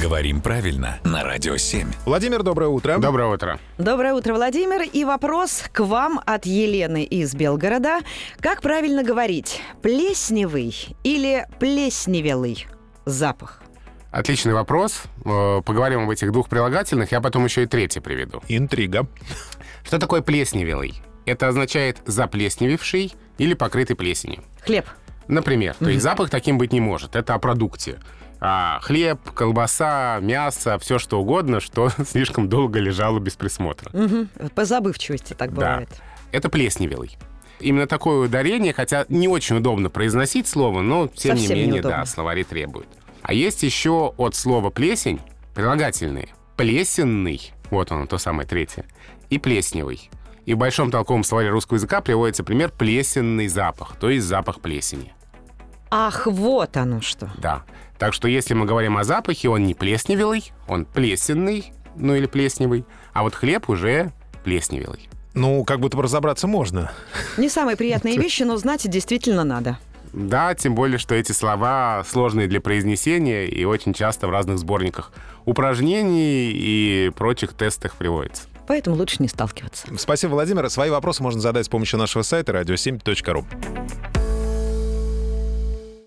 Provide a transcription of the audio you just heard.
Говорим правильно на Радио 7. Владимир, доброе утро. Доброе утро. Доброе утро, Владимир. И вопрос к вам от Елены из Белгорода. Как правильно говорить, плесневый или плесневелый запах? Отличный вопрос. Поговорим об этих двух прилагательных. Я потом еще и третий приведу. Интрига. Что такое плесневелый? Это означает заплесневевший или покрытый плесенью. Хлеб. Например. То есть запах таким быть не может. Это о продукте. Хлеб, колбаса, мясо, все что угодно, что слишком долго лежало без присмотра. По забывчивости так бывает. Да. Это плесневелый. Именно такое ударение, хотя не очень удобно произносить слово, но тем Совсем не менее, неудобно. да, словари требуют. А есть еще от слова плесень прилагательные. Плесенный, вот оно, то самое третье, и плесневый. И в большом толковом словаре русского языка приводится пример плесенный запах, то есть запах плесени. Ах, вот оно что. Да. Так что если мы говорим о запахе, он не плесневелый, он плесенный, ну или плесневый, а вот хлеб уже плесневелый. Ну, как будто бы разобраться можно. Не самые приятные вещи, но знать действительно надо. Да, тем более, что эти слова сложные для произнесения и очень часто в разных сборниках упражнений и прочих тестах приводятся. Поэтому лучше не сталкиваться. Спасибо, Владимир. Свои вопросы можно задать с помощью нашего сайта radio7.ru.